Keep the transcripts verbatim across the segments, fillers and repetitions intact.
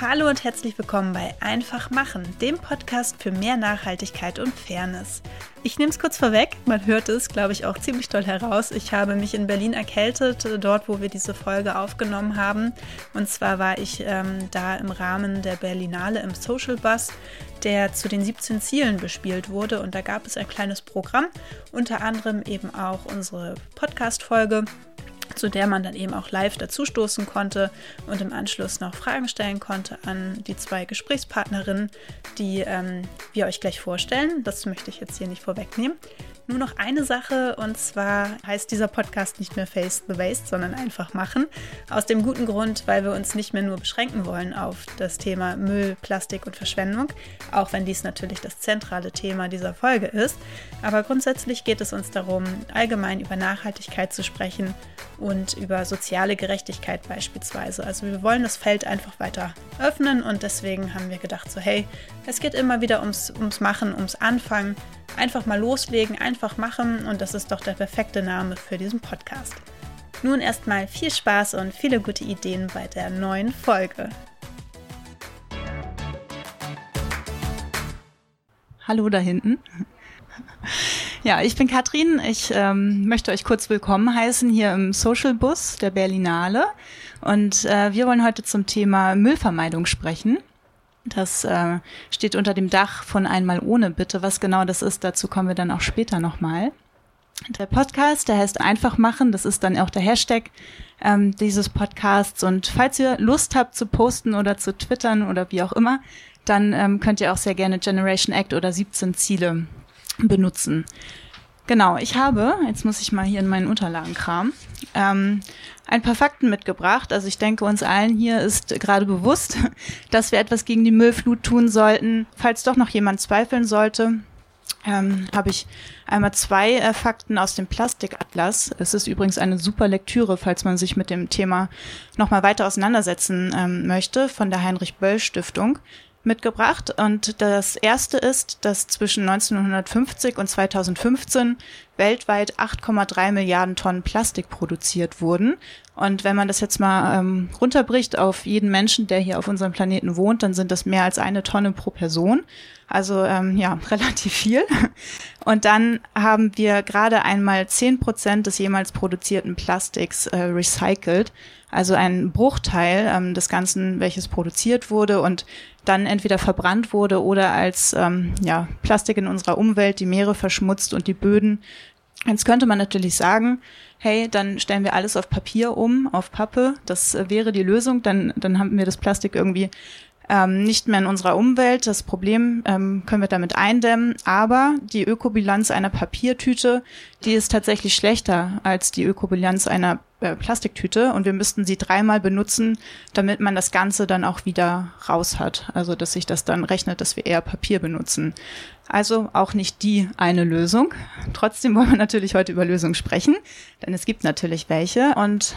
Hallo und herzlich willkommen bei Einfach machen, dem Podcast für mehr Nachhaltigkeit und Fairness. Ich nehme es kurz vorweg, man hört es, glaube ich, auch ziemlich doll heraus. Ich habe mich in Berlin erkältet, dort, wo wir diese Folge aufgenommen haben. Und zwar war ich ähm, da im Rahmen der Berlinale im Social Bus, der zu den siebzehn Zielen bespielt wurde. Und da gab es ein kleines Programm, unter anderem eben auch unsere Podcast-Folge, zu der man dann eben auch live dazustoßen konnte und im Anschluss noch Fragen stellen konnte an die zwei Gesprächspartnerinnen, die ähm, wir euch gleich vorstellen. Das möchte ich jetzt hier nicht vorwegnehmen. Nur noch eine Sache, und zwar heißt dieser Podcast nicht mehr Face the Waste, sondern einfach machen. Aus dem guten Grund, weil wir uns nicht mehr nur beschränken wollen auf das Thema Müll, Plastik und Verschwendung, auch wenn dies natürlich das zentrale Thema dieser Folge ist. Aber grundsätzlich geht es uns darum, allgemein über Nachhaltigkeit zu sprechen und über soziale Gerechtigkeit beispielsweise. Also wir wollen das Feld einfach weiter öffnen und deswegen haben wir gedacht so, hey, es geht immer wieder ums, ums Machen, ums Anfangen. Einfach mal loslegen, einfach machen und das ist doch der perfekte Name für diesen Podcast. Nun erstmal viel Spaß und viele gute Ideen bei der neuen Folge. Hallo da hinten. Ja, ich bin Katrin. Ich ähm, möchte euch kurz willkommen heißen hier im Social Bus der Berlinale und äh, wir wollen heute zum Thema Müllvermeidung sprechen. Das äh, steht unter dem Dach von Einmal ohne Bitte. Was genau das ist, dazu kommen wir dann auch später nochmal. Der Podcast, der heißt Einfach machen, das ist dann auch der Hashtag ähm, dieses Podcasts. Und falls ihr Lust habt zu posten oder zu twittern oder wie auch immer, dann ähm, könnt ihr auch sehr gerne Generation Act oder siebzehn Ziele benutzen. Genau, ich habe, jetzt muss ich mal hier in meinen Unterlagen kramen, ähm, ein paar Fakten mitgebracht. Also ich denke, uns allen hier ist gerade bewusst, dass wir etwas gegen die Müllflut tun sollten. Falls doch noch jemand zweifeln sollte, ähm, habe ich einmal zwei äh, Fakten aus dem Plastikatlas. Es ist übrigens eine super Lektüre, falls man sich mit dem Thema nochmal weiter auseinandersetzen ähm, möchte, von der Heinrich-Böll-Stiftung mitgebracht. Und das erste ist, dass zwischen neunzehnhundertfünfzig und zweitausendfünfzehn weltweit acht Komma drei Milliarden Tonnen Plastik produziert wurden. Und wenn man das jetzt mal ähm, runterbricht auf jeden Menschen, der hier auf unserem Planeten wohnt, dann sind das mehr als eine Tonne pro Person. Also ähm, ja, relativ viel. Und dann haben wir gerade einmal zehn Prozent des jemals produzierten Plastiks äh, recycelt. Also ein Bruchteil ähm, des Ganzen, welches produziert wurde und dann entweder verbrannt wurde oder als ähm, ja, Plastik in unserer Umwelt die Meere verschmutzt und die Böden. Jetzt könnte man natürlich sagen, hey, dann stellen wir alles auf Papier um, auf Pappe. Das äh, wäre die Lösung. Dann, dann haben wir das Plastik irgendwie ähm, nicht mehr in unserer Umwelt. Das Problem ähm, können wir damit eindämmen. Aber die Ökobilanz einer Papiertüte, die ist tatsächlich schlechter als die Ökobilanz einer äh, Plastiktüte. Und wir müssten sie dreimal benutzen, damit man das Ganze dann auch wieder raus hat. Also, dass sich das dann rechnet, dass wir eher Papier benutzen. Also auch nicht die eine Lösung. Trotzdem wollen wir natürlich heute über Lösungen sprechen, denn es gibt natürlich welche. Und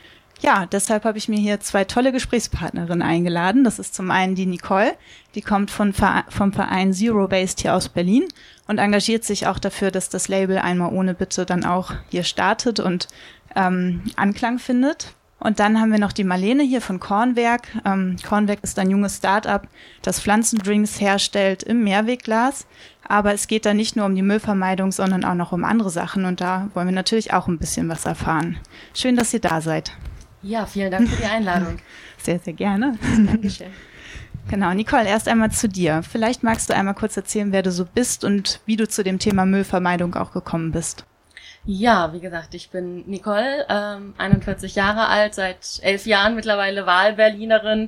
ja, deshalb habe ich mir hier zwei tolle Gesprächspartnerinnen eingeladen. Das ist zum einen die Nicole, die kommt von, vom Verein Zero Waste hier aus Berlin und engagiert sich auch dafür, dass das Label Einmal ohne Bitte dann auch hier startet und ähm, Anklang findet. Und dann haben wir noch die Marlene hier von Kornwerk. Ähm, Kornwerk ist ein junges Start-up, das Pflanzendrinks herstellt im Mehrwegglas. Aber es geht da nicht nur um die Müllvermeidung, sondern auch noch um andere Sachen. Und da wollen wir natürlich auch ein bisschen was erfahren. Schön, dass ihr da seid. Ja, vielen Dank für die Einladung. Sehr, sehr gerne. Dankeschön. Genau, Nicole, erst einmal zu dir. Vielleicht magst du einmal kurz erzählen, wer du so bist und wie du zu dem Thema Müllvermeidung auch gekommen bist. Ja, wie gesagt, ich bin Nicole, ähm, einundvierzig Jahre alt, seit elf Jahren mittlerweile Wahlberlinerin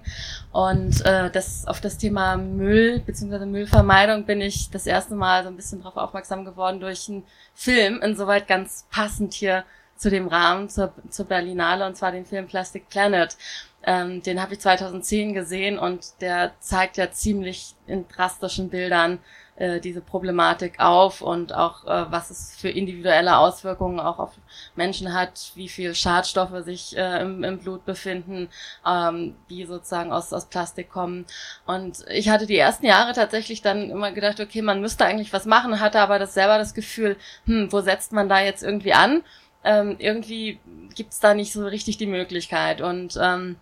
und äh, das auf das Thema Müll bzw. Müllvermeidung bin ich das erste Mal so ein bisschen drauf aufmerksam geworden durch einen Film, insoweit ganz passend hier zu dem Rahmen, zur, zur Berlinale, und zwar den Film Plastic Planet. Ähm, den habe ich zweitausendzehn gesehen und der zeigt ja ziemlich in drastischen Bildern äh, diese Problematik auf und auch, äh, was es für individuelle Auswirkungen auch auf Menschen hat, wie viel Schadstoffe sich äh, im, im Blut befinden, ähm, die sozusagen aus, aus Plastik kommen. Und ich hatte die ersten Jahre tatsächlich dann immer gedacht, okay, man müsste eigentlich was machen, hatte aber das selber das Gefühl, hm, wo setzt man da jetzt irgendwie an? Ähm, irgendwie gibt's da nicht so richtig die Möglichkeit. Und ähm,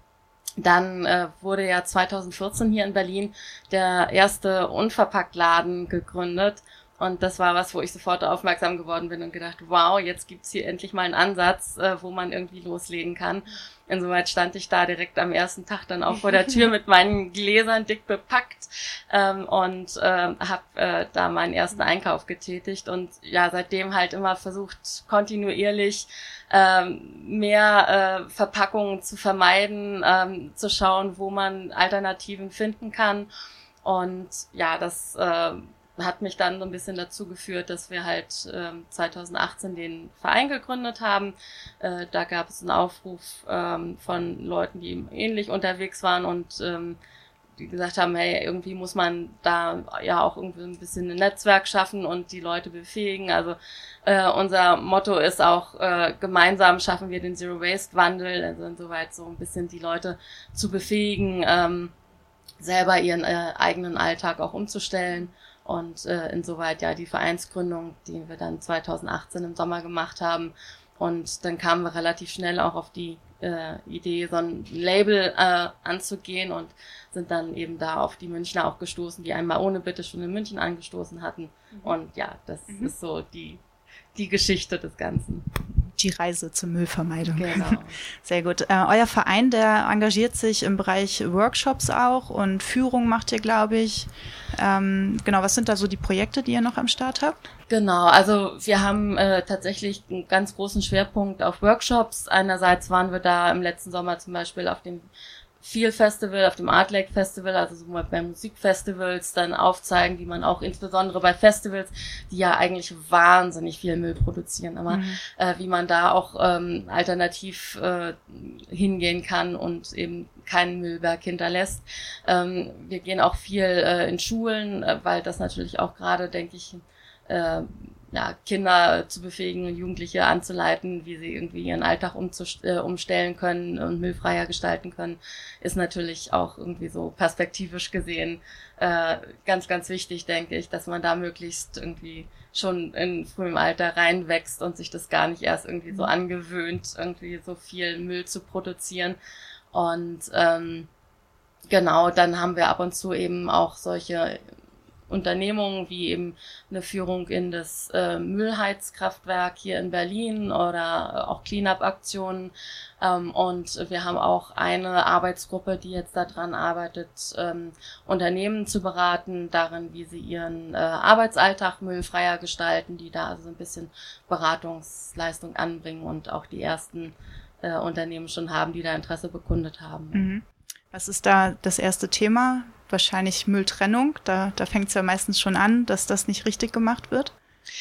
Dann äh, wurde ja zweitausendvierzehn hier in Berlin der erste Unverpacktladen gegründet. Und das war was, wo ich sofort aufmerksam geworden bin und gedacht, wow, jetzt gibt's hier endlich mal einen Ansatz, äh, wo man irgendwie loslegen kann. Insoweit stand ich da direkt am ersten Tag dann auch vor der Tür mit meinen Gläsern dick bepackt ähm, und äh, habe äh, da meinen ersten Einkauf getätigt und ja, seitdem halt immer versucht, kontinuierlich ähm, mehr äh, Verpackungen zu vermeiden, ähm, zu schauen, wo man Alternativen finden kann. Und ja, das äh, hat mich dann so ein bisschen dazu geführt, dass wir halt ähm, zweitausendachtzehn den Verein gegründet haben. Äh, da gab es einen Aufruf ähm, von Leuten, die ähnlich unterwegs waren und ähm, die gesagt haben, hey, irgendwie muss man da ja auch irgendwie ein bisschen ein Netzwerk schaffen und die Leute befähigen. Also äh, unser Motto ist auch, äh, gemeinsam schaffen wir den Zero-Waste-Wandel, also insoweit so ein bisschen die Leute zu befähigen, ähm, selber ihren äh, eigenen Alltag auch umzustellen. Und äh, insoweit ja die Vereinsgründung, die wir dann zweitausendachtzehn im Sommer gemacht haben. Und dann kamen wir relativ schnell auch auf die äh, Idee, so ein Label äh, anzugehen und sind dann eben da auf die Münchner auch gestoßen, die einmal ohne Bitte schon in München angestoßen hatten. Mhm. Und ja, das mhm. ist so die die Geschichte des Ganzen. Die Reise zur Müllvermeidung. Genau. Sehr gut. Äh, euer Verein, der engagiert sich im Bereich Workshops auch und Führung macht ihr, glaube ich. Ähm, genau, was sind da so die Projekte, die ihr noch am Start habt? Genau, also wir haben äh, tatsächlich einen ganz großen Schwerpunkt auf Workshops. Einerseits waren wir da im letzten Sommer zum Beispiel auf dem Feel Festival, auf dem Art Lake Festival, also so mal bei Musikfestivals dann aufzeigen, wie man auch insbesondere bei Festivals, die ja eigentlich wahnsinnig viel Müll produzieren, aber mhm. äh, wie man da auch ähm, alternativ äh, hingehen kann und eben keinen Müllberg hinterlässt. Ähm, wir gehen auch viel äh, in Schulen, äh, weil das natürlich auch gerade, denke ich, äh, ja, Kinder zu befähigen und Jugendliche anzuleiten, wie sie irgendwie ihren Alltag umzust- äh, umstellen können und müllfreier gestalten können, ist natürlich auch irgendwie so perspektivisch gesehen äh, ganz, ganz wichtig, denke ich, dass man da möglichst irgendwie schon in frühem Alter reinwächst und sich das gar nicht erst irgendwie so angewöhnt, irgendwie so viel Müll zu produzieren. Und ähm, genau, dann haben wir ab und zu eben auch solche Unternehmungen wie eben eine Führung in das äh, Müllheizkraftwerk hier in Berlin oder auch Cleanup-Aktionen. Ähm, und wir haben auch eine Arbeitsgruppe, die jetzt daran arbeitet, ähm, Unternehmen zu beraten, darin, wie sie ihren äh, Arbeitsalltag müllfreier gestalten, die da also ein bisschen Beratungsleistung anbringen und auch die ersten äh, Unternehmen schon haben, die da Interesse bekundet haben. Mhm. Was ist da das erste Thema? Wahrscheinlich Mülltrennung. Da, da fängt es ja meistens schon an, dass das nicht richtig gemacht wird.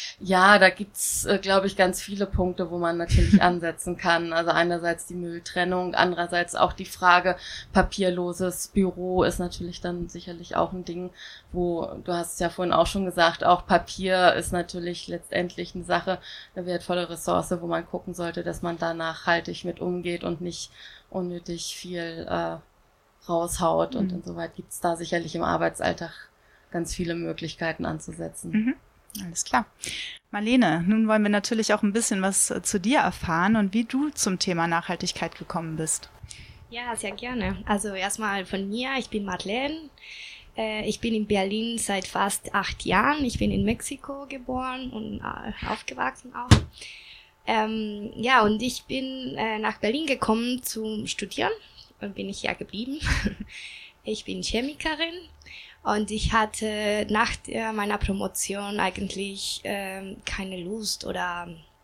Ja, da gibt's, äh, glaube ich, ganz viele Punkte, wo man natürlich ansetzen kann. Also einerseits die Mülltrennung, andererseits auch die Frage, papierloses Büro ist natürlich dann sicherlich auch ein Ding, wo, du hast es ja vorhin auch schon gesagt, auch Papier ist natürlich letztendlich eine Sache, eine wertvolle Ressource, wo man gucken sollte, dass man da nachhaltig mit umgeht und nicht unnötig viel äh, raushaut. Und mhm. insoweit gibt's da sicherlich im Arbeitsalltag ganz viele Möglichkeiten anzusetzen. Mhm. Alles klar. Marlene, nun wollen wir natürlich auch ein bisschen was äh, zu dir erfahren und wie du zum Thema Nachhaltigkeit gekommen bist. Ja, sehr gerne. Also erstmal von mir, ich bin Madeleine. Äh, ich bin in Berlin seit fast acht Jahren. Ich bin in Mexiko geboren und äh, aufgewachsen auch. Ähm, ja, und ich bin äh, nach Berlin gekommen zum Studieren und bin ich ja geblieben. Ich bin Chemikerin. Und ich hatte nach der, meiner Promotion eigentlich ähm, keine Lust oder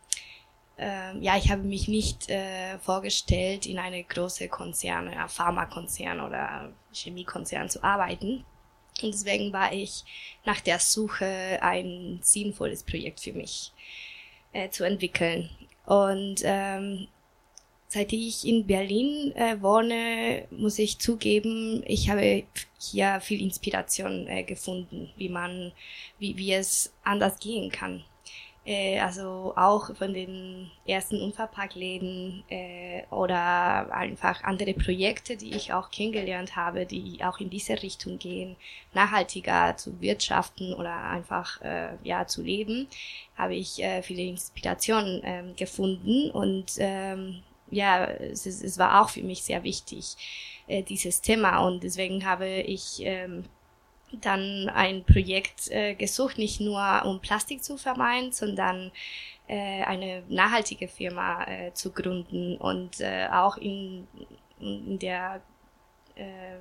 äh, ja, ich habe mich nicht äh, vorgestellt, in eine große Konzern, ja, Pharmakonzern oder Chemiekonzern zu arbeiten. Und deswegen war ich nach der Suche ein sinnvolles Projekt für mich äh, zu entwickeln. Und ähm, seit ich in Berlin äh, wohne, muss ich zugeben, ich habe hier viel Inspiration äh, gefunden, wie man, wie, wie es anders gehen kann. Äh, also auch von den ersten Unverpacktläden äh, oder einfach andere Projekte, die ich auch kennengelernt habe, die auch in diese Richtung gehen, nachhaltiger zu wirtschaften oder einfach äh, ja zu leben, habe ich äh, viele Inspirationen äh, gefunden und ähm, ja, es, ist, es war auch für mich sehr wichtig, äh, dieses Thema. Und deswegen habe ich ähm, dann ein Projekt äh, gesucht, nicht nur um Plastik zu vermeiden, sondern äh, eine nachhaltige Firma äh, zu gründen und äh, auch in, in der äh,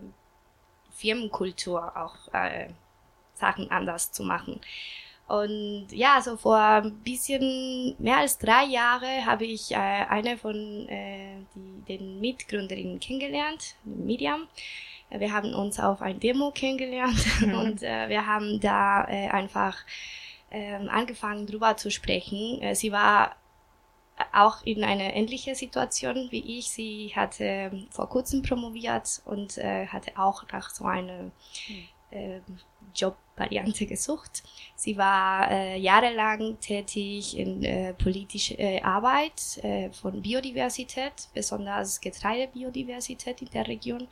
Firmenkultur auch äh, Sachen anders zu machen. Und ja, so vor ein bisschen mehr als drei Jahre habe ich äh, eine von äh, die, den Mitgründerinnen kennengelernt, Miriam. Wir haben uns auf ein Demo kennengelernt mhm. und äh, wir haben da äh, einfach äh, angefangen, drüber zu sprechen. Äh, sie war auch in einer ähnlichen Situation wie ich. Sie hatte vor kurzem promoviert und äh, hatte auch nach so einer äh, Jobvariante gesucht. Sie war äh, jahrelang tätig in äh, politischer äh, Arbeit äh, von Biodiversität, besonders Getreidebiodiversität in der Region.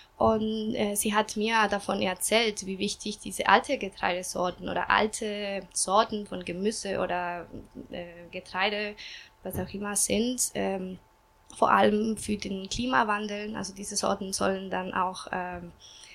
Und äh, sie hat mir davon erzählt, wie wichtig diese alte Getreidesorten oder alte Sorten von Gemüse oder äh, Getreide, was auch immer sind, ähm, vor allem für den Klimawandel. Also diese Sorten sollen dann auch ähm,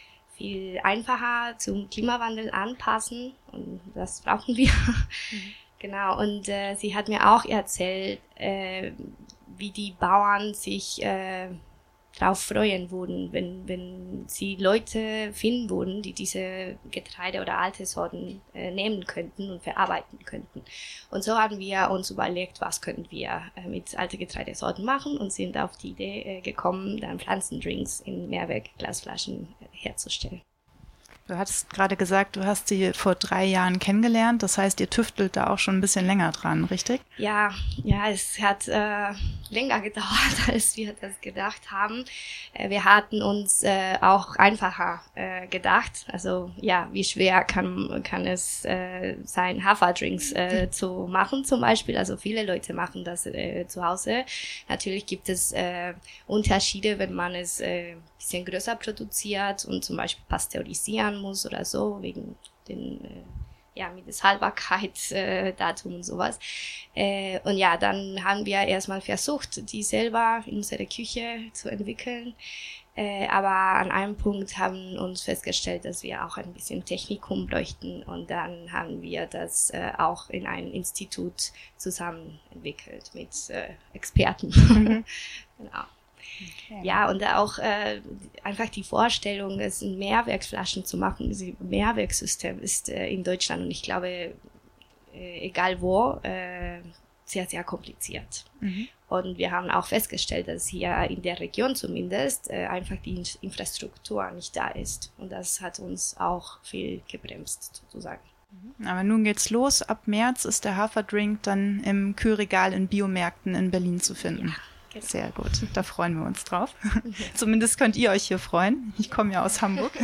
viel einfacher zum Klimawandel anpassen und das brauchen wir. Mhm. Genau, und äh, sie hat mir auch erzählt, äh, wie die Bauern sich äh, drauf freuen würden, wenn, wenn sie Leute finden würden, die diese Getreide oder alte Sorten äh, nehmen könnten und verarbeiten könnten. Und so haben wir uns überlegt, was können wir äh, mit alten Getreidesorten machen und sind auf die Idee äh, gekommen, dann Pflanzendrinks in Mehrwegglasflaschen äh, herzustellen. Du hattest gerade gesagt, du hast sie vor drei Jahren kennengelernt. Das heißt, ihr tüftelt da auch schon ein bisschen länger dran, richtig? Ja, ja, es hat äh, länger gedauert, als wir das gedacht haben. Äh, wir hatten uns äh, auch einfacher äh, gedacht. Also ja, wie schwer kann kann es äh, sein, Haferdrinks äh, zu machen zum Beispiel. Also viele Leute machen das äh, zu Hause. Natürlich gibt es äh, Unterschiede, wenn man es äh, bisschen größer produziert und zum Beispiel pasteurisieren muss oder so, wegen den, äh, ja, Mindesthaltbarkeitsdatum äh, und sowas. Äh, und ja, dann haben wir erstmal versucht, die selber in unserer Küche zu entwickeln. Äh, aber an einem Punkt haben uns festgestellt, dass wir auch ein bisschen Technikum bräuchten und dann haben wir das äh, auch in einem Institut zusammen entwickelt mit äh, Experten. Mhm. Genau. Okay. Ja, und auch äh, einfach die Vorstellung, es in Mehrwerksflaschen zu machen, das Mehrwerkssystem ist äh, in Deutschland und ich glaube, äh, egal wo, äh, sehr, sehr kompliziert. Mhm. Und wir haben auch festgestellt, dass hier in der Region zumindest äh, einfach die In- Infrastruktur nicht da ist. Und das hat uns auch viel gebremst, sozusagen. Aber nun geht's los. Ab März ist der Haferdrink dann im Kühlregal in Biomärkten in Berlin zu finden. Ja. Genau. Sehr gut, da freuen wir uns drauf. Zumindest könnt ihr euch hier freuen. Ich komme ja aus Hamburg.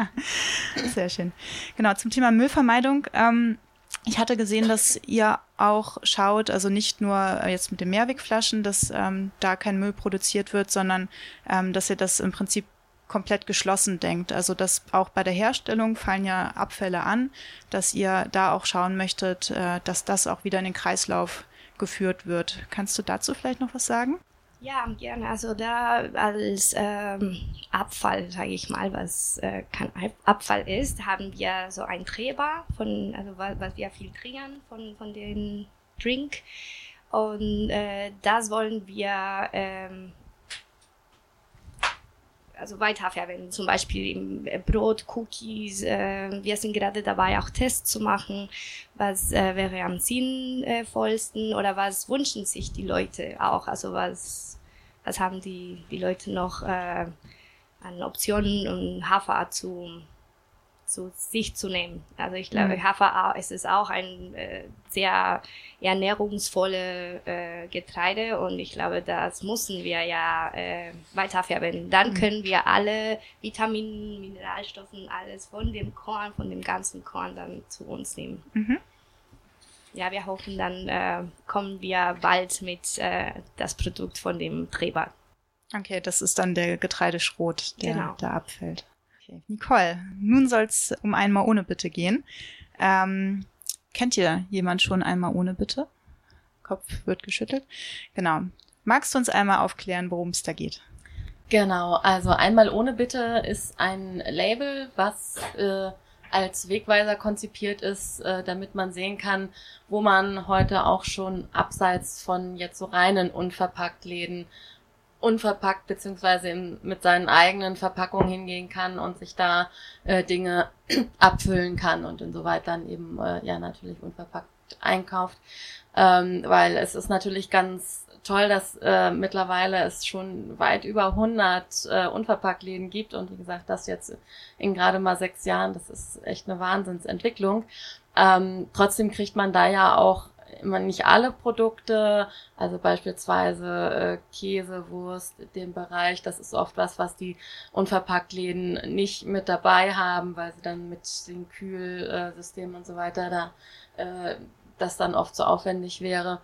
Sehr schön. Genau, zum Thema Müllvermeidung. Ähm, ich hatte gesehen, dass ihr auch schaut, also nicht nur jetzt mit den Mehrwegflaschen, dass ähm, da kein Müll produziert wird, sondern ähm, dass ihr das im Prinzip komplett geschlossen denkt. Also dass auch bei der Herstellung fallen ja Abfälle an, dass ihr da auch schauen möchtet, äh, dass das auch wieder in den Kreislauf geführt wird. Kannst du dazu vielleicht noch was sagen? Ja, gerne. Also da als ähm, Abfall, sage ich mal, was äh, kein Abfall ist, haben wir so ein Träber von, also was, was wir filtrieren von von dem Drink und äh, das wollen wir ähm, also weiterverwenden, zum Beispiel im Brot, Cookies. Äh, wir sind gerade dabei, auch Tests zu machen, was äh, wäre am sinnvollsten oder was wünschen sich die Leute auch, also was was haben die die Leute noch äh, an Optionen, um Hafer zu zu sich zu nehmen. Also ich glaube, mhm. Hafer ist es auch ein äh, sehr ernährungsvolle äh, Getreide und ich glaube, das müssen wir ja äh, weiterverwenden. Dann mhm. können wir alle Vitamine, Mineralstoffen, alles von dem Korn, von dem ganzen Korn dann zu uns nehmen. Mhm. Ja, wir hoffen, dann äh, kommen wir bald mit äh, das Produkt von dem Träber. Okay, das ist dann der Getreideschrot, der genau. da abfällt. Okay. Nicole, nun soll es um einmal ohne Bitte gehen. Ähm, kennt ihr jemand schon einmal ohne Bitte? Kopf wird geschüttelt. Genau. Magst du uns einmal aufklären, worum es da geht? Genau, also Einmal ohne Bitte ist ein Label, was äh, als Wegweiser konzipiert ist, äh, damit man sehen kann, wo man heute auch schon abseits von jetzt so reinen Unverpacktläden unverpackt beziehungsweise in, mit seinen eigenen Verpackungen hingehen kann und sich da äh, Dinge abfüllen kann und insoweit dann eben äh, ja natürlich unverpackt einkauft, ähm, weil es ist natürlich ganz toll, dass äh, mittlerweile es schon weit über hundert äh, Unverpacktläden gibt und wie gesagt, das jetzt in gerade mal sechs Jahren, das ist echt eine Wahnsinnsentwicklung. Ähm, trotzdem kriegt man da ja auch immer nicht alle Produkte, also beispielsweise äh, Käse, Wurst, den Bereich, das ist oft was, was die Unverpacktläden nicht mit dabei haben, weil sie dann mit den Kühlsystemen und so weiter da äh, das dann oft so aufwendig wäre.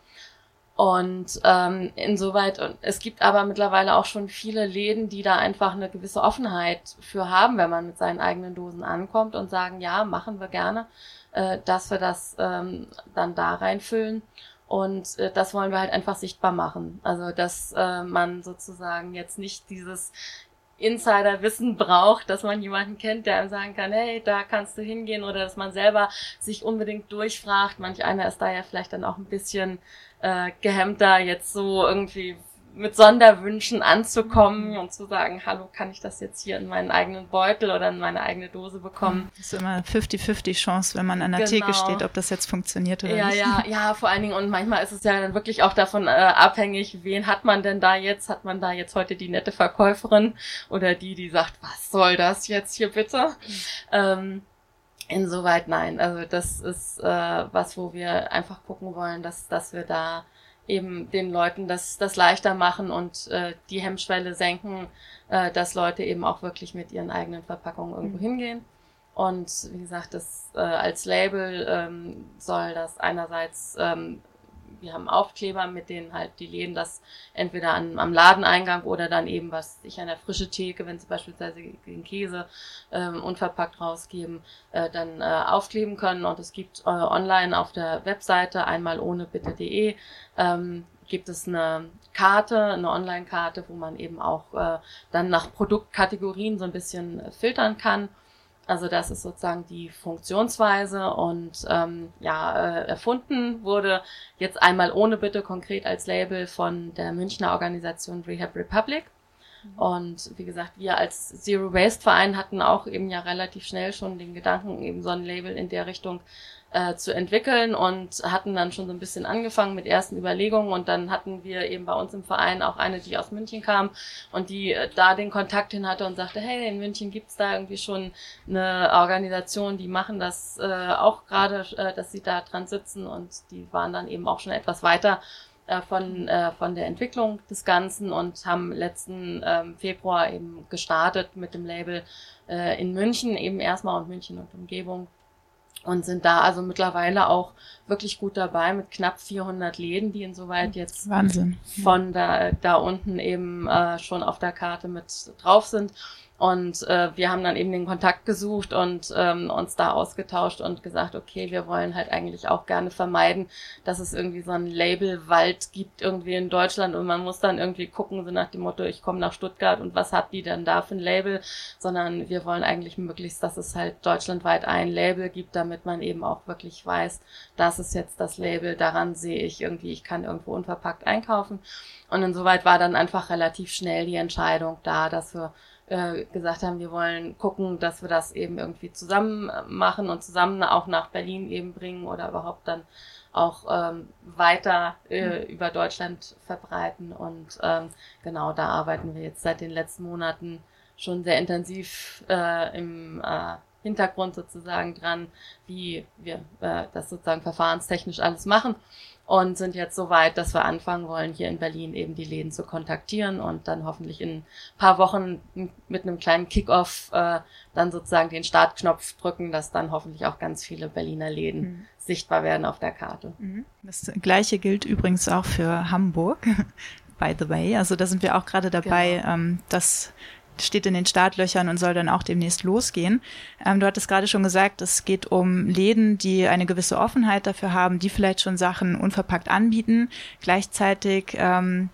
Und ähm, insoweit, und es gibt aber mittlerweile auch schon viele Läden, die da einfach eine gewisse Offenheit für haben, wenn man mit seinen eigenen Dosen ankommt und sagen, ja, machen wir gerne, äh, dass wir das ähm, dann da reinfüllen. Und äh, das wollen wir halt einfach sichtbar machen. Also, dass äh, man sozusagen jetzt nicht dieses Insiderwissen braucht, dass man jemanden kennt, der einem sagen kann, hey, da kannst du hingehen, oder dass man selber sich unbedingt durchfragt. Manch einer ist da ja vielleicht dann auch ein bisschen äh, gehemmter, jetzt so irgendwie mit Sonderwünschen anzukommen und zu sagen, hallo, kann ich das jetzt hier in meinen eigenen Beutel oder in meine eigene Dose bekommen? Das ist immer fünfzig fünfzig Chance, wenn man an der Genau. Theke steht, ob das jetzt funktioniert oder ja, nicht. Ja, ja, vor allen Dingen, und manchmal ist es ja dann wirklich auch davon äh, abhängig, wen hat man denn da jetzt? Hat man da jetzt heute die nette Verkäuferin oder die, die sagt, was soll das jetzt hier bitte? Mhm. Ähm, insoweit nein. Also das ist äh, was, wo wir einfach gucken wollen, dass dass wir da eben den Leuten das das leichter machen und äh, die Hemmschwelle senken, äh, dass Leute eben auch wirklich mit ihren eigenen Verpackungen irgendwo mhm. hingehen. Und wie gesagt, das äh, als Label ähm, soll das einerseits, ähm, wir haben Aufkleber, mit denen halt die Läden das entweder an, am Ladeneingang oder dann eben, was ich an der frische Theke, wenn sie beispielsweise den Käse ähm, unverpackt rausgeben, äh, dann äh, aufkleben können. Und es gibt äh, online auf der Webseite einmal ohne bitte punkt de ähm, gibt es eine Karte, eine Online-Karte, wo man eben auch äh, dann nach Produktkategorien so ein bisschen äh, filtern kann. Also das ist sozusagen die Funktionsweise und ähm, ja äh, erfunden wurde jetzt Einmal ohne Bitte konkret als Label von der Münchner Organisation Rehab Republic. Mhm. Und wie gesagt, wir als Zero Waste Verein hatten auch eben ja relativ schnell schon den Gedanken, eben so ein Label in der Richtung äh, zu entwickeln und hatten dann schon so ein bisschen angefangen mit ersten Überlegungen und dann hatten wir eben bei uns im Verein auch eine, die aus München kam und die äh, da den Kontakt hin hatte und sagte, hey, in München gibt's da irgendwie schon eine Organisation, die machen das äh, auch gerade, äh, dass sie da dran sitzen und die waren dann eben auch schon etwas weiter äh, von äh, von der Entwicklung des Ganzen und haben letzten ähm, Februar eben gestartet mit dem Label äh, in München, eben erstmal und München und Umgebung. Und sind da also mittlerweile auch wirklich gut dabei mit knapp vierhundert Läden, die insoweit jetzt Wahnsinn. von da, da unten eben äh, schon auf der Karte mit drauf sind. Und äh, wir haben dann eben den Kontakt gesucht und ähm, uns da ausgetauscht und gesagt, okay, wir wollen halt eigentlich auch gerne vermeiden, dass es irgendwie so ein Labelwald gibt irgendwie in Deutschland und man muss dann irgendwie gucken, so nach dem Motto, ich komme nach Stuttgart und was hat die denn da für ein Label, sondern wir wollen eigentlich möglichst, dass es halt deutschlandweit ein Label gibt, damit man eben auch wirklich weiß, das ist jetzt das Label, daran sehe ich irgendwie, ich kann irgendwo unverpackt einkaufen. Und insoweit war dann einfach relativ schnell die Entscheidung da, dass wir gesagt haben, wir wollen gucken, dass wir das eben irgendwie zusammen machen und zusammen auch nach Berlin eben bringen oder überhaupt dann auch ähm, weiter äh, mhm. über Deutschland verbreiten. Und ähm, genau, da arbeiten wir jetzt seit den letzten Monaten schon sehr intensiv äh, im äh, Hintergrund sozusagen dran, wie wir äh, das sozusagen verfahrenstechnisch alles machen. Und sind jetzt so weit, dass wir anfangen wollen, hier in Berlin eben die Läden zu kontaktieren und dann hoffentlich in ein paar Wochen mit einem kleinen Kick-Off äh, dann sozusagen den Startknopf drücken, dass dann hoffentlich auch ganz viele Berliner Läden mhm. sichtbar werden auf der Karte. Das Gleiche gilt übrigens auch für Hamburg, by the way. Also da sind wir auch gerade dabei, genau. ähm, dass steht in den Startlöchern und soll dann auch demnächst losgehen. Ähm, du hattest gerade schon gesagt, es geht um Läden, die eine gewisse Offenheit dafür haben, die vielleicht schon Sachen unverpackt anbieten. Gleichzeitig ähm,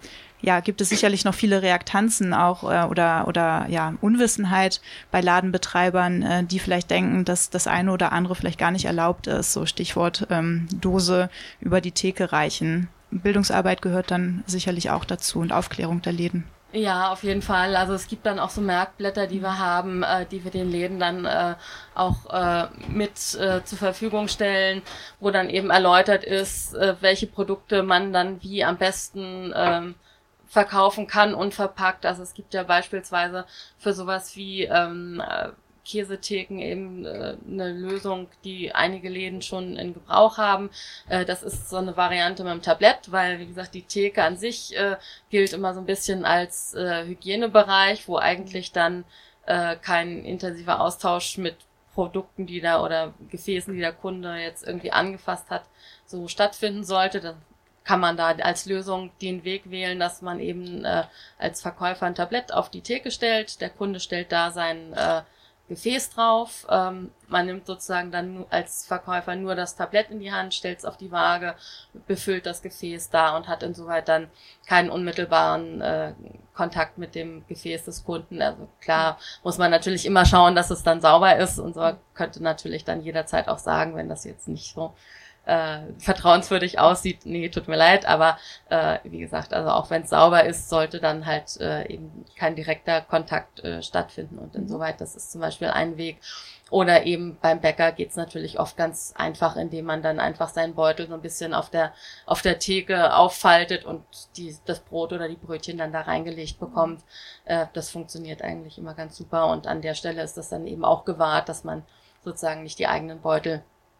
ja, gibt es sicherlich noch viele Reaktanzen auch äh, oder oder ja Unwissenheit bei Ladenbetreibern, äh, die vielleicht denken, dass das eine oder andere vielleicht gar nicht erlaubt ist. So Stichwort ähm, Dose über die Theke reichen. Bildungsarbeit gehört dann sicherlich auch dazu und Aufklärung der Läden. Ja, auf jeden Fall. Also es gibt dann auch so Merkblätter, die wir haben, äh, die wir den Läden dann äh, auch äh, mit äh, zur Verfügung stellen, wo dann eben erläutert ist, äh, welche Produkte man dann wie am besten ähm, verkaufen kann und verpackt. Also es gibt ja beispielsweise für sowas wie ähm, Käsetheken eben äh, eine Lösung, die einige Läden schon in Gebrauch haben. Äh, das ist so eine Variante mit dem Tablett, weil, wie gesagt, die Theke an sich äh, gilt immer so ein bisschen als äh, Hygienebereich, wo eigentlich dann äh, kein intensiver Austausch mit Produkten, die da oder Gefäßen, die der Kunde jetzt irgendwie angefasst hat, so stattfinden sollte. Dann kann man da als Lösung den Weg wählen, dass man eben äh, als Verkäufer ein Tablett auf die Theke stellt. Der Kunde stellt da sein äh, Gefäß drauf. Ähm, man nimmt sozusagen dann als Verkäufer nur das Tablett in die Hand, stellt es auf die Waage, befüllt das Gefäß da und hat insoweit dann keinen unmittelbaren äh, Kontakt mit dem Gefäß des Kunden. Also klar muss man natürlich immer schauen, dass es dann sauber ist, und so könnte natürlich dann jederzeit auch sagen, wenn das jetzt nicht so äh, vertrauenswürdig aussieht, nee, tut mir leid, aber äh, wie gesagt, also auch wenn es sauber ist, sollte dann halt äh, eben kein direkter Kontakt äh, stattfinden, und insoweit, das ist zum Beispiel ein Weg. Oder eben beim Bäcker geht's natürlich oft ganz einfach, indem man dann einfach seinen Beutel so ein bisschen auf der auf der Theke auffaltet und die das Brot oder die Brötchen dann da reingelegt bekommt. Äh, das funktioniert eigentlich immer ganz super, und an der Stelle ist das dann eben auch gewahrt, dass man sozusagen nicht die eigenen Beutel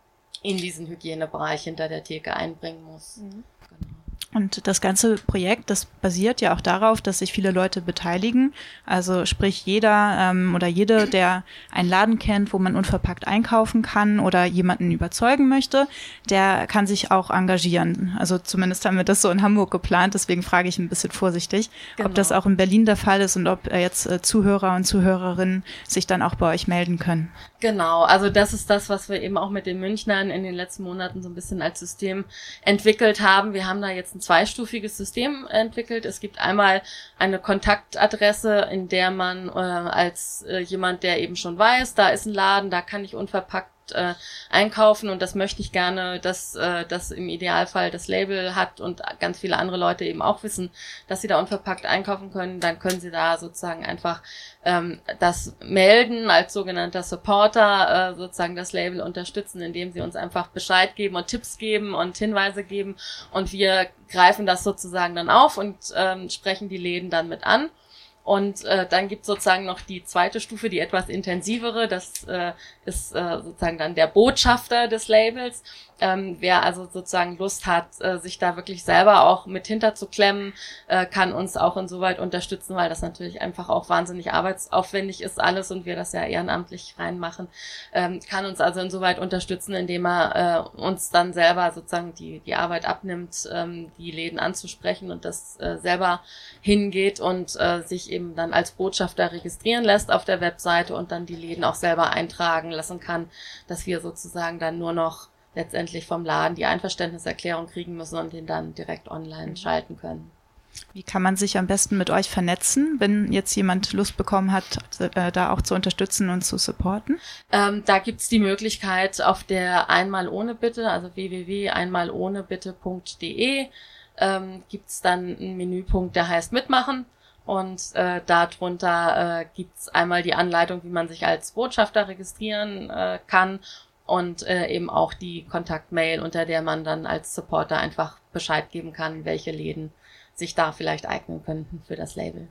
in diesen Hygienebereich hinter der Theke einbringen muss. Mhm. Genau. Und das ganze Projekt, das basiert ja auch darauf, dass sich viele Leute beteiligen. Also sprich jeder ähm, oder jede, der einen Laden kennt, wo man unverpackt einkaufen kann oder jemanden überzeugen möchte, der kann sich auch engagieren. Also zumindest haben wir das so in Hamburg geplant, deswegen frage ich ein bisschen vorsichtig, genau, ob das auch in Berlin der Fall ist und ob äh, jetzt äh, Zuhörer und Zuhörerinnen sich dann auch bei euch melden können. Genau, also das ist das, was wir eben auch mit den Münchnern in den letzten Monaten so ein bisschen als System entwickelt haben. Wir haben da jetzt ein zweistufiges System entwickelt. Es gibt einmal eine Kontaktadresse, in der man äh, als äh, jemand, der eben schon weiß, da ist ein Laden, da kann ich unverpackt äh, einkaufen, und das möchte ich gerne, dass äh, das im Idealfall das Label hat und ganz viele andere Leute eben auch wissen, dass sie da unverpackt einkaufen können. Dann können sie da sozusagen einfach ähm, das melden, als sogenannter Supporter äh, sozusagen das Label unterstützen, indem sie uns einfach Bescheid geben und Tipps geben und Hinweise geben, und wir greifen das sozusagen dann auf und ähm, sprechen die Läden dann mit an. Und äh, dann gibt es sozusagen noch die zweite Stufe, die etwas intensivere. Das äh, ist äh, sozusagen dann der Botschafter des Labels. Ähm, wer also sozusagen Lust hat, äh, sich da wirklich selber auch mit hinterzuklemmen, äh, kann uns auch insoweit unterstützen, weil das natürlich einfach auch wahnsinnig arbeitsaufwendig ist alles und wir das ja ehrenamtlich reinmachen. Ähm, kann uns also insoweit unterstützen, indem er äh, uns dann selber sozusagen die die Arbeit abnimmt, ähm, die Läden anzusprechen, und das äh, selber hingeht und äh, sich eben dann als Botschafter registrieren lässt auf der Webseite und dann die Läden auch selber eintragen lassen kann, dass wir sozusagen dann nur noch letztendlich vom Laden die Einverständniserklärung kriegen müssen und den dann direkt online mhm. schalten können. Wie kann man sich am besten mit euch vernetzen, wenn jetzt jemand Lust bekommen hat, äh, da auch zu unterstützen und zu supporten? Ähm, da gibt's die Möglichkeit auf der Einmal ohne Bitte, also w w w punkt einmal ohne bitte punkt d e, ähm, gibt's dann einen Menüpunkt, der heißt Mitmachen. Und äh, darunter äh, gibt's einmal die Anleitung, wie man sich als Botschafter registrieren äh, kann, und äh, eben auch die Kontaktmail, unter der man dann als Supporter einfach Bescheid geben kann, welche Läden sich da vielleicht eignen könnten für das Label.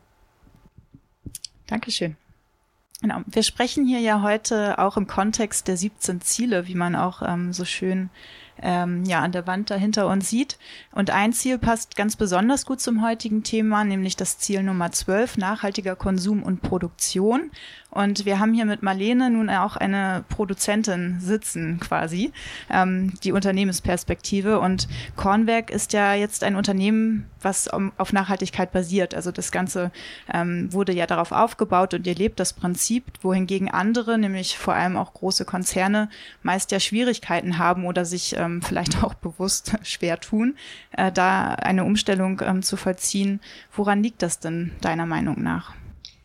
Dankeschön. Genau. Wir sprechen hier ja heute auch im Kontext der siebzehn Ziele, wie man auch ähm, so schön ähm, ja an der Wand da hinter uns sieht. Und ein Ziel passt ganz besonders gut zum heutigen Thema, nämlich das Ziel Nummer zwölf, nachhaltiger Konsum und Produktion. Und wir haben hier mit Marlene nun auch eine Produzentin sitzen quasi, ähm, die Unternehmensperspektive. Und Kornwerk ist ja jetzt ein Unternehmen, was um, auf Nachhaltigkeit basiert. Also das Ganze ähm, wurde ja darauf aufgebaut und ihr lebt das Prinzip, wohingegen andere, nämlich vor allem auch große Konzerne, meist ja Schwierigkeiten haben oder sich ähm, vielleicht auch bewusst schwer tun, äh, da eine Umstellung ähm, zu vollziehen. Woran liegt das denn deiner Meinung nach?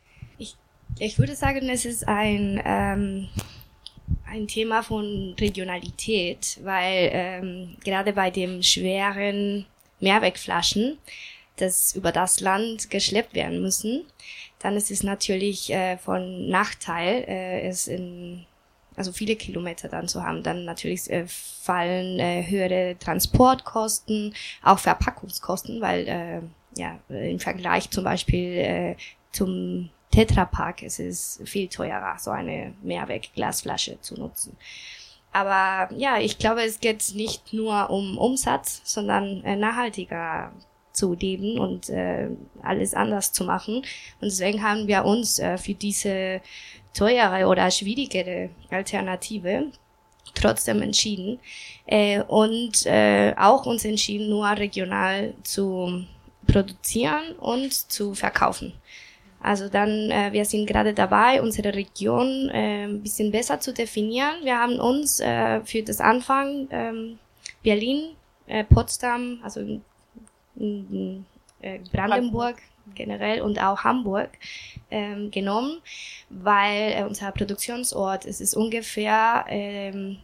Ich würde sagen, es ist ein, ähm, ein Thema von Regionalität, weil ähm, gerade bei den schweren Mehrwegflaschen, das über das Land geschleppt werden müssen, dann ist es natürlich äh, von Nachteil, äh, es in also viele Kilometer dann zu haben. Dann natürlich äh, fallen äh, höhere Transportkosten, auch Verpackungskosten, weil äh, ja im Vergleich zum Beispiel äh, zum Tetra Pak ist es viel teurer, so eine Mehrwegglasflasche zu nutzen. Aber ja, ich glaube, es geht nicht nur um Umsatz, sondern äh, nachhaltiger zu leben und äh, alles anders zu machen. Und deswegen haben wir uns äh, für diese teure oder schwierigere Alternative trotzdem entschieden äh, und äh, auch uns entschieden, nur regional zu produzieren und zu verkaufen. Also dann, äh, wir sind gerade dabei, unsere Region äh, ein bisschen besser zu definieren. Wir haben uns äh, für das Anfang ähm, Berlin, äh, Potsdam, also in, in, äh, Brandenburg generell und auch Hamburg ähm, genommen, weil äh, unser Produktionsort, es ist ungefähr ähm,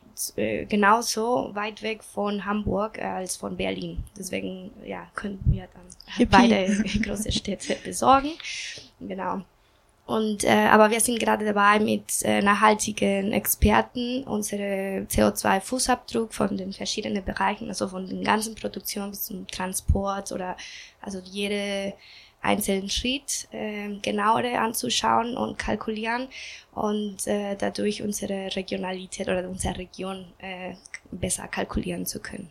genauso weit weg von Hamburg als von Berlin. Deswegen, ja, können wir dann Hippie. beide große Städte besorgen. Genau. Und, äh, aber wir sind gerade dabei, mit äh, nachhaltigen Experten unsere C O zwei Fußabdruck von den verschiedenen Bereichen, also von den ganzen Produktionen bis zum Transport oder, also jede einzelnen Schritt äh, genauer anzuschauen und kalkulieren und äh, dadurch unsere Regionalität oder unsere Region äh, besser kalkulieren zu können.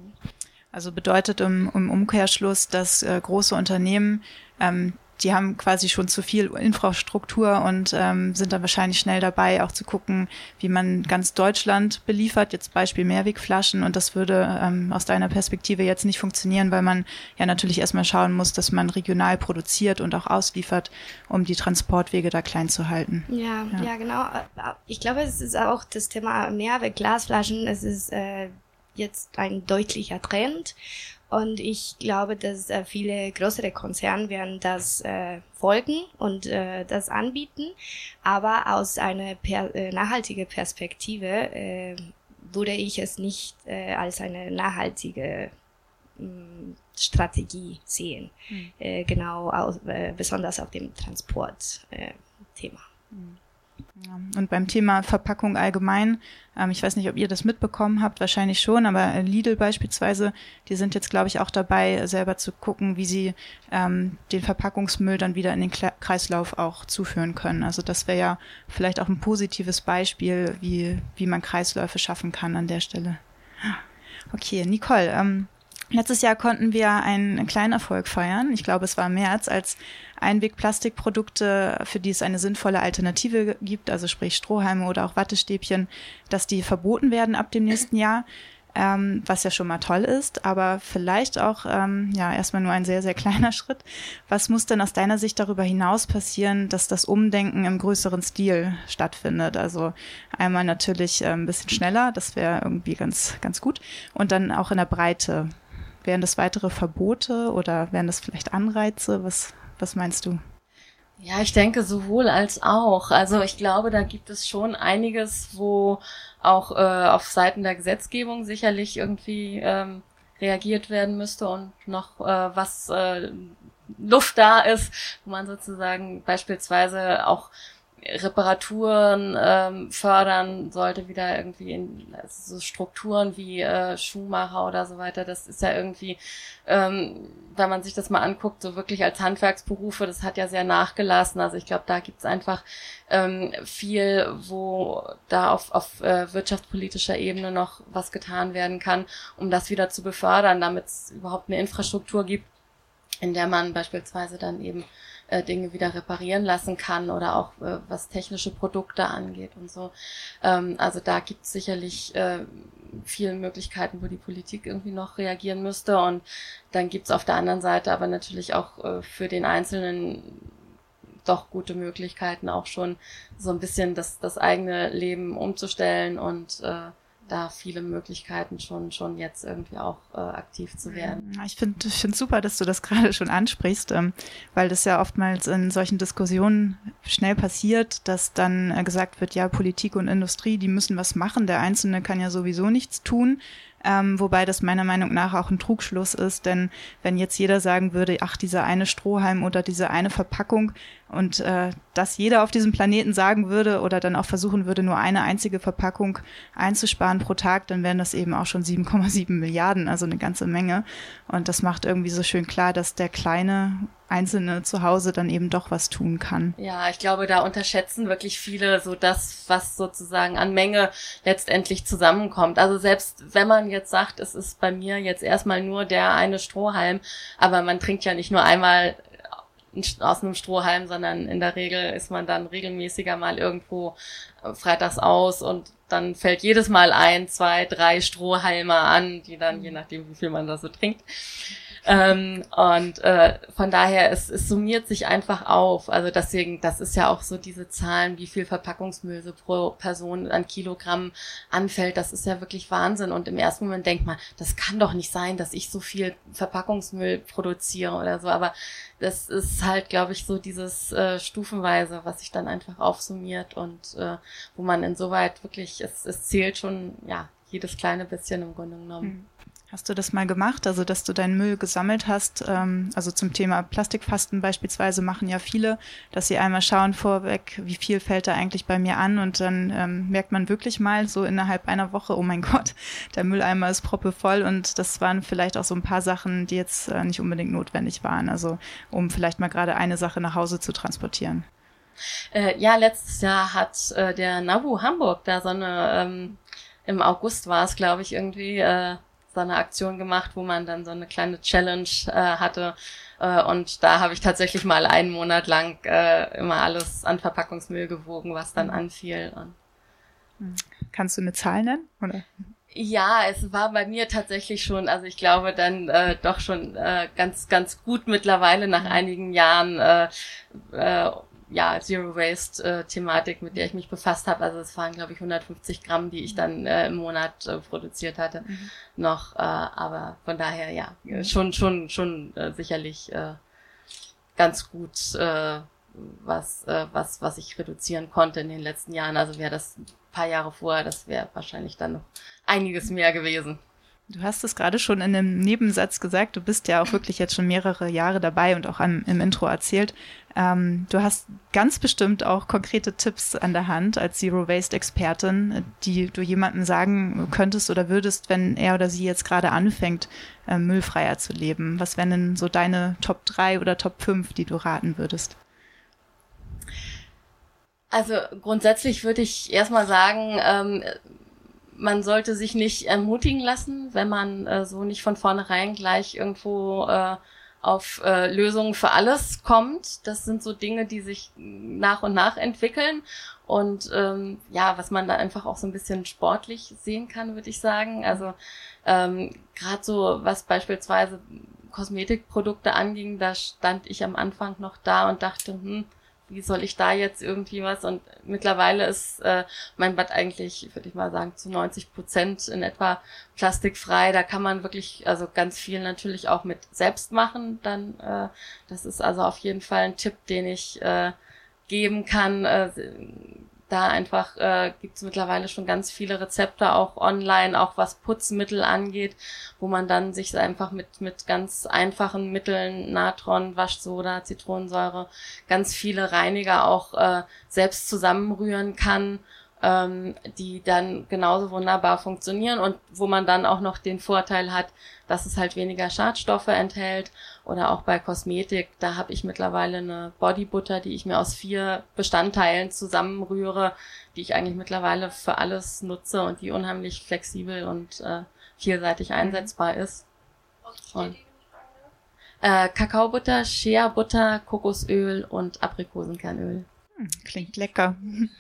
Also bedeutet im, im Umkehrschluss, dass äh, große Unternehmen, ähm, die haben quasi schon zu viel Infrastruktur und ähm, sind dann wahrscheinlich schnell dabei, auch zu gucken, wie man ganz Deutschland beliefert, jetzt Beispiel Mehrwegflaschen, und das würde ähm, aus deiner Perspektive jetzt nicht funktionieren, weil man ja natürlich erstmal schauen muss, dass man regional produziert und auch ausliefert, um die Transportwege da klein zu halten. Ja, ja, ja, genau. Ich glaube, es ist auch das Thema Mehrwegglasflaschen, es ist äh, jetzt ein deutlicher Trend. Und ich glaube, dass äh, viele größere Konzerne werden das äh, folgen und äh, das anbieten. Aber aus einer per äh, nachhaltigen Perspektive äh, würde ich es nicht äh, als eine nachhaltige mh, Strategie sehen. Mhm. Äh, genau, aus, äh, besonders auf dem Transportthema. Äh, mhm. Ja, und beim Thema Verpackung allgemein, ähm, ich weiß nicht, ob ihr das mitbekommen habt, wahrscheinlich schon, aber Lidl beispielsweise, die sind jetzt, glaube ich, auch dabei, selber zu gucken, wie sie ähm, den Verpackungsmüll dann wieder in den Kle- Kreislauf auch zuführen können. Also das wäre ja vielleicht auch ein positives Beispiel, wie wie man Kreisläufe schaffen kann an der Stelle. Okay, Nicole, ähm, letztes Jahr konnten wir einen kleinen Erfolg feiern. Ich glaube, es war im März, als Einwegplastikprodukte, für die es eine sinnvolle Alternative gibt, also sprich Strohhalme oder auch Wattestäbchen, dass die verboten werden ab dem nächsten Jahr, ähm, was ja schon mal toll ist, aber vielleicht auch ähm, ja erstmal nur ein sehr, sehr kleiner Schritt. Was muss denn aus deiner Sicht darüber hinaus passieren, dass das Umdenken im größeren Stil stattfindet? Also einmal natürlich äh, ein bisschen schneller, das wäre irgendwie ganz, ganz gut, und dann auch in der Breite. Wären das weitere Verbote oder wären das vielleicht Anreize? Was, was meinst du? Ja, ich denke sowohl als auch. Also ich glaube, da gibt es schon einiges, wo auch äh, auf Seiten der Gesetzgebung sicherlich irgendwie ähm, reagiert werden müsste und noch äh, was äh, Luft da ist, wo man sozusagen beispielsweise auch Reparaturen ähm, fördern sollte, wieder irgendwie in also so Strukturen wie äh, Schuhmacher oder so weiter. Das ist ja irgendwie, ähm, wenn man sich das mal anguckt, so wirklich als Handwerksberufe, das hat ja sehr nachgelassen. Also ich glaube, da gibt's einfach ähm, viel, wo da auf, auf äh, wirtschaftspolitischer Ebene noch was getan werden kann, um das wieder zu befördern, damit es überhaupt eine Infrastruktur gibt, in der man beispielsweise dann eben äh, Dinge wieder reparieren lassen kann oder auch äh, was technische Produkte angeht und so. Ähm, also da gibt es sicherlich äh, viele Möglichkeiten, wo die Politik irgendwie noch reagieren müsste. Und dann gibt es auf der anderen Seite aber natürlich auch äh, für den Einzelnen doch gute Möglichkeiten, auch schon so ein bisschen das, das eigene Leben umzustellen und äh, da viele Möglichkeiten schon schon jetzt irgendwie auch äh, aktiv zu werden. Ich finde ich finde super, dass du das gerade schon ansprichst, ähm, weil das ja oftmals in solchen Diskussionen schnell passiert, dass dann äh, gesagt wird, ja, Politik und Industrie, die müssen was machen, der Einzelne kann ja sowieso nichts tun. Ähm, wobei das meiner Meinung nach auch ein Trugschluss ist, denn wenn jetzt jeder sagen würde, ach, dieser eine Strohhalm oder diese eine Verpackung und äh, dass jeder auf diesem Planeten sagen würde oder dann auch versuchen würde, nur eine einzige Verpackung einzusparen pro Tag, dann wären das eben auch schon sieben Komma sieben Milliarden, also eine ganze Menge. Und das macht irgendwie so schön klar, dass der kleine Einzelne zu Hause dann eben doch was tun kann. Ja, ich glaube, da unterschätzen wirklich viele so das, was sozusagen an Menge letztendlich zusammenkommt. Also selbst wenn man jetzt sagt, es ist bei mir jetzt erstmal nur der eine Strohhalm, aber man trinkt ja nicht nur einmal aus einem Strohhalm, sondern in der Regel ist man dann regelmäßiger mal irgendwo freitags aus und dann fällt jedes Mal ein, zwei, drei Strohhalme an, die dann, je nachdem, wie viel man da so trinkt. Ähm, und äh, von daher, es, es summiert sich einfach auf. Also deswegen, das ist ja auch so diese Zahlen, wie viel Verpackungsmüll so pro Person an Kilogramm anfällt. Das ist ja wirklich Wahnsinn. Und im ersten Moment denkt man, das kann doch nicht sein, dass ich so viel Verpackungsmüll produziere oder so. Aber das ist halt, glaube ich, so dieses äh, Stufenweise, was sich dann einfach aufsummiert und äh, wo man insoweit wirklich, es, es zählt schon, ja, jedes kleine bisschen im Grunde genommen. Hm. Hast du das mal gemacht, also dass du deinen Müll gesammelt hast? Ähm, also zum Thema Plastikfasten beispielsweise machen ja viele, dass sie einmal schauen vorweg, wie viel fällt da eigentlich bei mir an und dann ähm, merkt man wirklich mal so innerhalb einer Woche, oh mein Gott, der Mülleimer ist proppevoll und das waren vielleicht auch so ein paar Sachen, die jetzt äh, nicht unbedingt notwendig waren, also um vielleicht mal gerade eine Sache nach Hause zu transportieren. Äh, ja, letztes Jahr hat äh, der NABU Hamburg da so eine, ähm, im August war es, glaube ich, irgendwie, äh, so eine Aktion gemacht, wo man dann so eine kleine Challenge äh, hatte äh, und da habe ich tatsächlich mal einen Monat lang äh, immer alles an Verpackungsmüll gewogen, was dann anfiel. Und kannst du eine Zahl nennen, oder? Ja, es war bei mir tatsächlich schon, also ich glaube dann äh, doch schon äh, ganz ganz gut mittlerweile nach einigen Jahren äh, äh, ja, Zero Waste äh, Thematik, mit der ich mich befasst habe. Also es waren, glaube ich, hundertfünfzig Gramm, die ich dann äh, im Monat äh, produziert hatte, mhm. noch. Äh, aber von daher, ja, schon schon schon äh, sicherlich äh, ganz gut, äh, was äh, was was ich reduzieren konnte in den letzten Jahren. Also wäre das ein paar Jahre vorher, das wäre wahrscheinlich dann noch einiges mehr gewesen. Du hast es gerade schon in einem Nebensatz gesagt, du bist ja auch wirklich jetzt schon mehrere Jahre dabei und auch am, im Intro erzählt. Ähm, du hast ganz bestimmt auch konkrete Tipps an der Hand als Zero-Waste-Expertin, die du jemandem sagen könntest oder würdest, wenn er oder sie jetzt gerade anfängt, äh, müllfreier zu leben. Was wären denn so deine Top drei oder Top fünf, die du raten würdest? Also grundsätzlich würde ich erstmal sagen, ähm, man sollte sich nicht ermutigen lassen, wenn man äh, so nicht von vornherein gleich irgendwo äh, auf äh, Lösungen für alles kommt. Das sind so Dinge, die sich nach und nach entwickeln und ähm, ja, was man da einfach auch so ein bisschen sportlich sehen kann, würde ich sagen. Also ähm, gerade so, was beispielsweise Kosmetikprodukte anging, da stand ich am Anfang noch da und dachte, hm, wie soll ich da jetzt irgendwie was? Und mittlerweile ist äh, mein Bad eigentlich, würde ich mal sagen, zu neunzig Prozent in etwa plastikfrei. Da kann man wirklich, also ganz viel natürlich auch mit selbst machen. Dann, äh, das ist also auf jeden Fall ein Tipp, den ich äh, geben kann. Äh, da einfach äh, gibt es mittlerweile schon ganz viele Rezepte, auch online, auch was Putzmittel angeht, wo man dann sich einfach mit mit ganz einfachen Mitteln, Natron, Waschsoda, Zitronensäure, ganz viele Reiniger auch äh, selbst zusammenrühren kann, ähm, die dann genauso wunderbar funktionieren und wo man dann auch noch den Vorteil hat, dass es halt weniger Schadstoffe enthält. Oder auch bei Kosmetik, da habe ich mittlerweile eine Bodybutter, die ich mir aus vier Bestandteilen zusammenrühre, die ich eigentlich mittlerweile für alles nutze und die unheimlich flexibel und äh, vielseitig einsetzbar ist. Und Äh, Kakaobutter, Shea-Butter, Kokosöl und Aprikosenkernöl. Klingt lecker.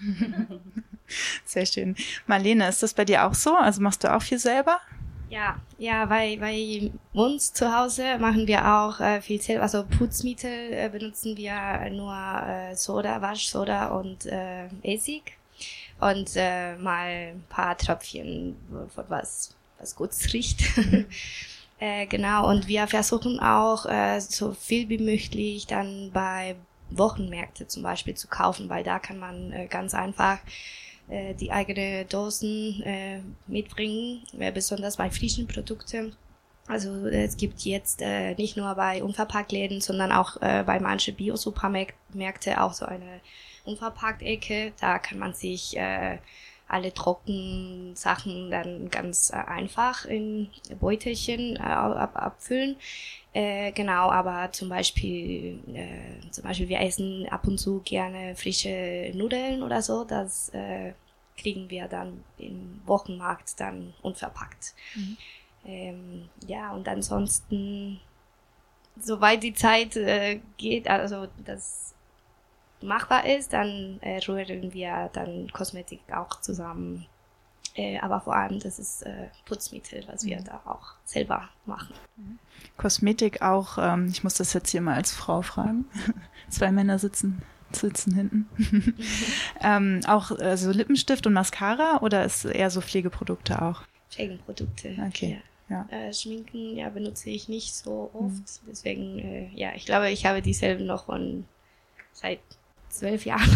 Sehr schön. Marlene, ist das bei dir auch so? Also machst du auch viel selber? Ja, ja, bei, bei uns zu Hause machen wir auch äh, viel selber. Also Putzmittel äh, benutzen wir nur äh, Soda, Waschsoda und äh, Essig und äh, mal ein paar Tröpfchen, von was was gut riecht. äh, genau. Und wir versuchen auch äh, so viel wie möglich dann bei Wochenmärkte zum Beispiel zu kaufen, weil da kann man äh, ganz einfach äh, die eigene Dosen äh, mitbringen, äh, besonders bei frischen Produkten. Also äh, es gibt jetzt äh, nicht nur bei Unverpacktläden, sondern auch äh, bei manchen Bio-Supermärkte auch so eine Unverpackt-Ecke. Da kann man sich äh, alle trockenen Sachen dann ganz äh, einfach in Beutelchen äh, ab abfüllen. Äh, genau, aber zum Beispiel, äh, zum Beispiel wir essen ab und zu gerne frische Nudeln oder so. Das äh, kriegen wir dann im Wochenmarkt dann unverpackt. Mhm. Ähm, ja, und ansonsten, soweit die Zeit äh, geht, also das machbar ist, dann äh, rühren wir dann Kosmetik auch zusammen. Äh, aber vor allem, das ist äh, Putzmittel, was wir mhm. da auch selber machen. Kosmetik auch, ähm, ich muss das jetzt hier mal als Frau fragen. Zwei Männer sitzen, sitzen hinten. ähm, auch äh, so Lippenstift und Mascara oder ist eher so Pflegeprodukte auch? Pflegeprodukte. Okay. Ja. Äh, Schminken, ja, benutze ich nicht so oft. Mhm. Deswegen, äh, ja, ich glaube, ich habe dieselben noch von seit zwölf Jahren.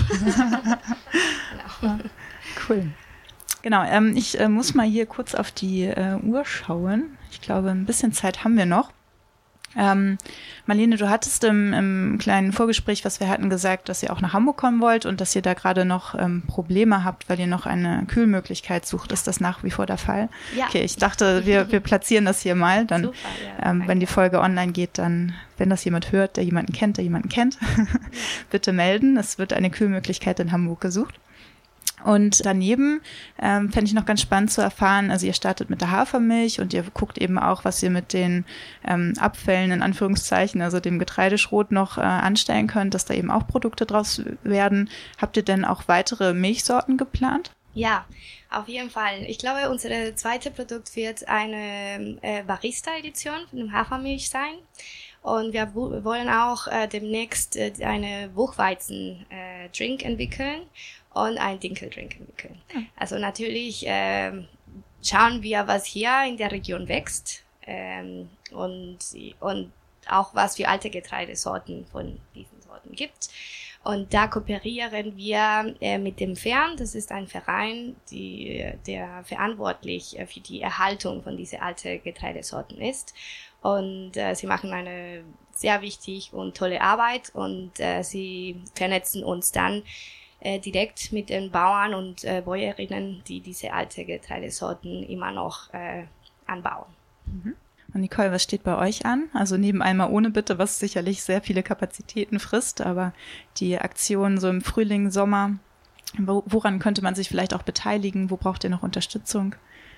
Genau. Cool. Genau, ähm, ich äh, muss mal hier kurz auf die äh, Uhr schauen. Ich glaube, ein bisschen Zeit haben wir noch. Ähm, Marlene, du hattest im, im kleinen Vorgespräch, was wir hatten, gesagt, dass ihr auch nach Hamburg kommen wollt und dass ihr da gerade noch ähm, Probleme habt, weil ihr noch eine Kühlmöglichkeit sucht. Ist das nach wie vor der Fall? Ja. Okay, ich dachte, wir, wir platzieren das hier mal. Dann, Super, ja, ähm, wenn die Folge online geht, dann, wenn das jemand hört, der jemanden kennt, der jemanden kennt, bitte melden. Es wird eine Kühlmöglichkeit in Hamburg gesucht. Und daneben ähm, fände ich noch ganz spannend zu erfahren, also ihr startet mit der Hafermilch und ihr guckt eben auch, was ihr mit den ähm, Abfällen in Anführungszeichen, also dem Getreideschrot noch äh, anstellen könnt, dass da eben auch Produkte draus werden. Habt ihr denn auch weitere Milchsorten geplant? Ja, auf jeden Fall. Ich glaube, unser zweites Produkt wird eine äh, Barista-Edition von dem Hafermilch sein. Und wir w- wollen auch äh, demnächst äh, eine Buchweizen-Drink äh, entwickeln und einen Dinkeldrink entwickeln. Mhm. Also natürlich ähm, schauen wir, was hier in der Region wächst ähm, und, und auch was für alte Getreidesorten von diesen Sorten gibt. Und da kooperieren wir äh, mit dem Fern. Das ist ein Verein, die, der verantwortlich äh, für die Erhaltung von diesen alten Getreidesorten ist. Und äh, sie machen eine sehr wichtig und tolle Arbeit und äh, sie vernetzen uns dann äh, direkt mit den Bauern und äh, Bäuerinnen, die diese alte Getreidesorten immer noch äh, anbauen. Mhm. Und Nicole, was steht bei euch an? Also neben einmal ohne Bitte, was sicherlich sehr viele Kapazitäten frisst, aber die Aktion so im Frühling, Sommer, wo, woran könnte man sich vielleicht auch beteiligen? Wo braucht ihr noch Unterstützung?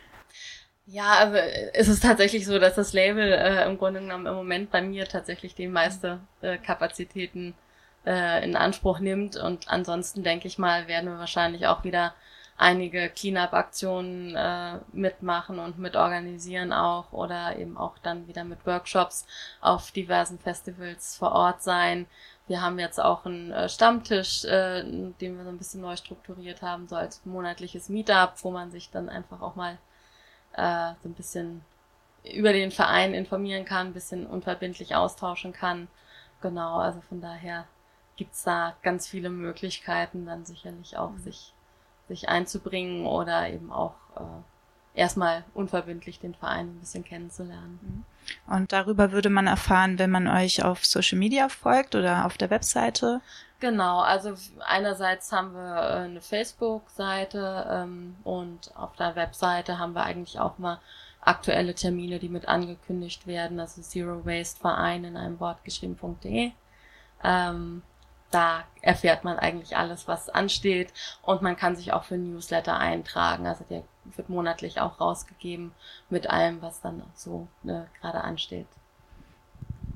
Ja, also es ist tatsächlich so, dass das Label äh, im Grunde genommen im Moment bei mir tatsächlich die meiste äh, Kapazitäten äh, in Anspruch nimmt und ansonsten denke ich mal, werden wir wahrscheinlich auch wieder einige Cleanup-Aktionen äh, mitmachen und mitorganisieren auch oder eben auch dann wieder mit Workshops auf diversen Festivals vor Ort sein. Wir haben jetzt auch einen äh, Stammtisch, äh, den wir so ein bisschen neu strukturiert haben, so als monatliches Meetup, wo man sich dann einfach auch mal äh, so ein bisschen über den Verein informieren kann, ein bisschen unverbindlich austauschen kann. Genau, also von daher gibt's da ganz viele Möglichkeiten, dann sicherlich auch mhm. sich sich einzubringen oder eben auch äh, erstmal unverbindlich den Verein ein bisschen kennenzulernen. Und darüber würde man erfahren, wenn man euch auf Social Media folgt oder auf der Webseite? Genau, also einerseits haben wir eine Facebook-Seite ähm, und auf der Webseite haben wir eigentlich auch mal aktuelle Termine, die mit angekündigt werden, also Zero Waste Verein in einem Wort geschrieben.de. Ähm, Da erfährt man eigentlich alles, was ansteht und man kann sich auch für Newsletter eintragen. Also der wird monatlich auch rausgegeben mit allem, was dann so ne, gerade ansteht.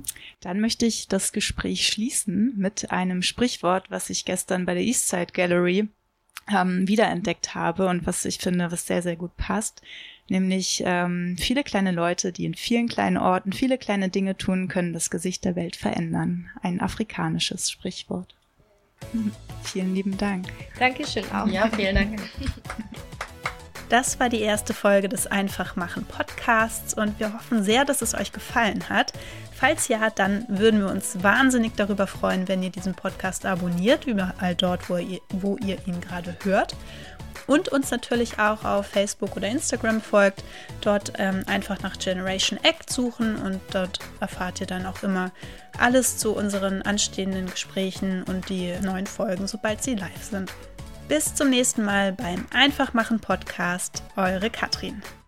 Dann möchte ich das Gespräch schließen mit einem Sprichwort, was ich gestern bei der Eastside Gallery ähm, wiederentdeckt habe und was ich finde, was sehr, sehr gut passt. Nämlich ähm, viele kleine Leute, die in vielen kleinen Orten viele kleine Dinge tun, können das Gesicht der Welt verändern. Ein afrikanisches Sprichwort. Vielen lieben Dank. Dankeschön auch. Ja, vielen Dank. Das war die erste Folge des Einfachmachen-Podcasts und wir hoffen sehr, dass es euch gefallen hat. Falls ja, dann würden wir uns wahnsinnig darüber freuen, wenn ihr diesen Podcast abonniert, überall dort, wo ihr, wo ihr ihn gerade hört. Und uns natürlich auch auf Facebook oder Instagram folgt. Dort ähm, einfach nach Generation Act suchen und dort erfahrt ihr dann auch immer alles zu unseren anstehenden Gesprächen und die neuen Folgen, sobald sie live sind. Bis zum nächsten Mal beim Einfachmachen Podcast. Eure Katrin.